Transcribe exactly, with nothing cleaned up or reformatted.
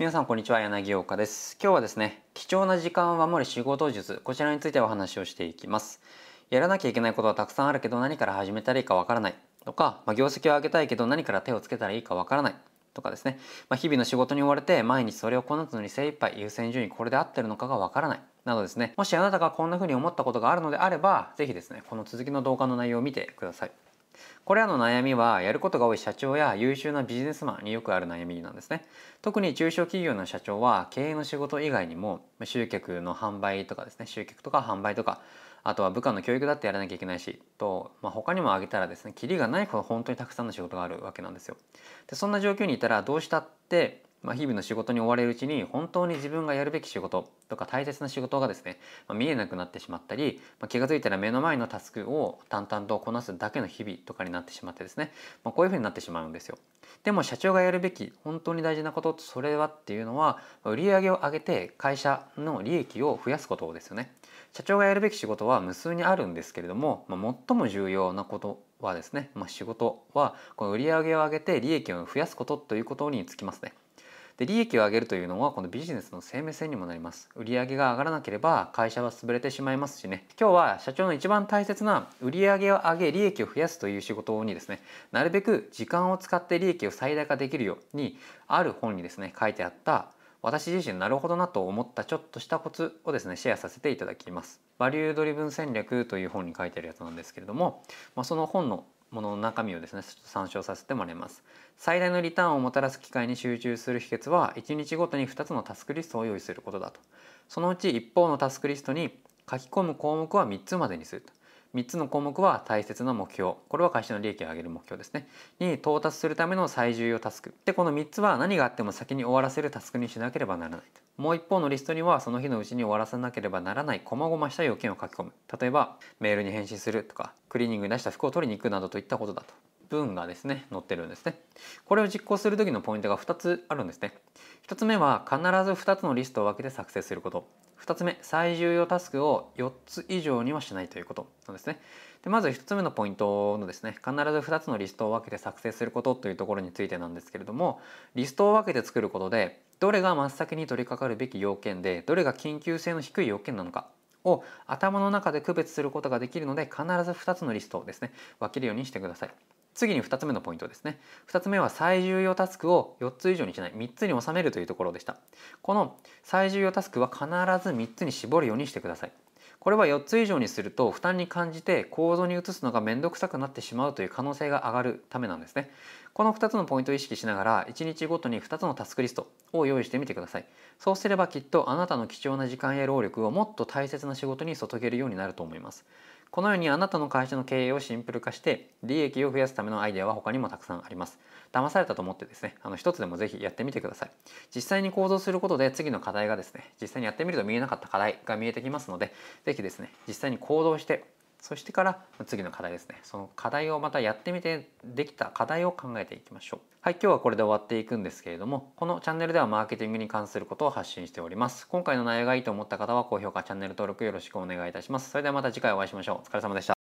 皆さんこんにちは、柳岡です。今日はですね、貴重な時間を守る仕事術、こちらについてお話をしていきます。やらなきゃいけないことはたくさんあるけど何から始めたらいいかわからないとか、まあ、業績を上げたいけど何から手をつけたらいいかわからないとかですね、まあ、日々の仕事に追われて毎日それをこなすのに精一杯、優先順位これで合ってるのかがわからないなどですね、もしあなたがこんな風に思ったことがあるのであれば、ぜひですね、この続きの動画の内容を見てください。これらの悩みはやることが多い社長や優秀なビジネスマンによくある悩みなんですね。特に中小企業の社長は経営の仕事以外にも集客の販売とかですね、集客とか販売とか、あとは部下の教育だってやらなきゃいけないしと、まあ、他にも挙げたらですね、キリがないほど本当にたくさんの仕事があるわけなんですよ。でそんな状況にいたらどうしたってまあ、日々の仕事に追われるうちに本当に自分がやるべき仕事とか大切な仕事がですね、まあ、見えなくなってしまったり、まあ、気が付いたら目の前のタスクを淡々とこなすだけの日々とかになってしまってですね、まあ、こういうふうになってしまうんですよ。でも社長がやるべき本当に大事なことそれはっていうのは売上を上げて会社の利益を増やすことですよね。社長がやるべき仕事は無数にあるんですけれども、まあ、最も重要なことはですね、まあ、仕事はこの売上を上げて利益を増やすことということにつきますね。で利益を上げるというのはこのビジネスの生命線にもなります。売上が上がらなければ会社は潰れてしまいますしね。今日は社長の一番大切な売上を上げ利益を増やすという仕事にですね、なるべく時間を使って利益を最大化できるようにある本にですね書いてあった私自身なるほどなと思ったちょっとしたコツをですねシェアさせていただきます。バリュードリブン戦略という本に書いてあるやつなんですけれども、まあ、その本のものの中身をですね参照させてもらいます。最大のリターンをもたらす機会に集中する秘訣はいちにちごとにふたつのタスクリストを用意することだと。そのうち一方のタスクリストに書き込む項目はみっつまでにすると。みっつの項目は大切な目標、これは会社の利益を上げる目標ですねに到達するための最重要タスクで、このみっつは何があっても先に終わらせるタスクにしなければならないと。もう一方のリストにはその日のうちに終わらせなければならない細々した要件を書き込む。例えばメールに返信するとか、クリーニングに出した服を取りに行くなどといったことだと。文がですね載ってるんですね。これを実行する時のポイントがふたつあるんですね。ひとつめは必ずふたつのリストを分けて作成すること。ふたつめ、最重要タスクをよっつ以上にはしないということなんですね。でまずひとつめのポイントのですね、必ずふたつのリストを分けて作成することというところについてなんですけれども、リストを分けて作ることでどれが真っ先に取り掛かるべき要件でどれが緊急性の低い要件なのかを頭の中で区別することができるので、必ずふたつのリストをですね分けるようにしてください。次にふたつめのポイントですね。ふたつめは最重要タスクをよっつ以上にしない、みっつに収めるというところでした。この最重要タスクは必ずみっつに絞るようにしてください。これはよっつ以上にすると負担に感じて構造に移すのが面倒くさくなってしまうという可能性が上がるためなんですね。このふたつのポイントを意識しながらいちにちごとにふたつのタスクリストを用意してみてください。そうすればきっとあなたの貴重な時間や労力をもっと大切な仕事に注げるようになると思います。このようにあなたの会社の経営をシンプル化して利益を増やすためのアイデアは他にもたくさんあります。騙されたと思ってですね、あの一つでもぜひやってみてください。実際に行動することで次の課題がですね、実際にやってみると見えなかった課題が見えてきますので、ぜひですね、実際に行動して、そしてから次の課題ですね、その課題をまたやってみてできた課題を考えていきましょう。はい、今日はこれで終わっていくんですけれども、このチャンネルではマーケティングに関することを発信しております。今回の内容がいいと思った方は高評価、チャンネル登録よろしくお願いいたします。それではまた次回お会いしましょう。お疲れ様でした。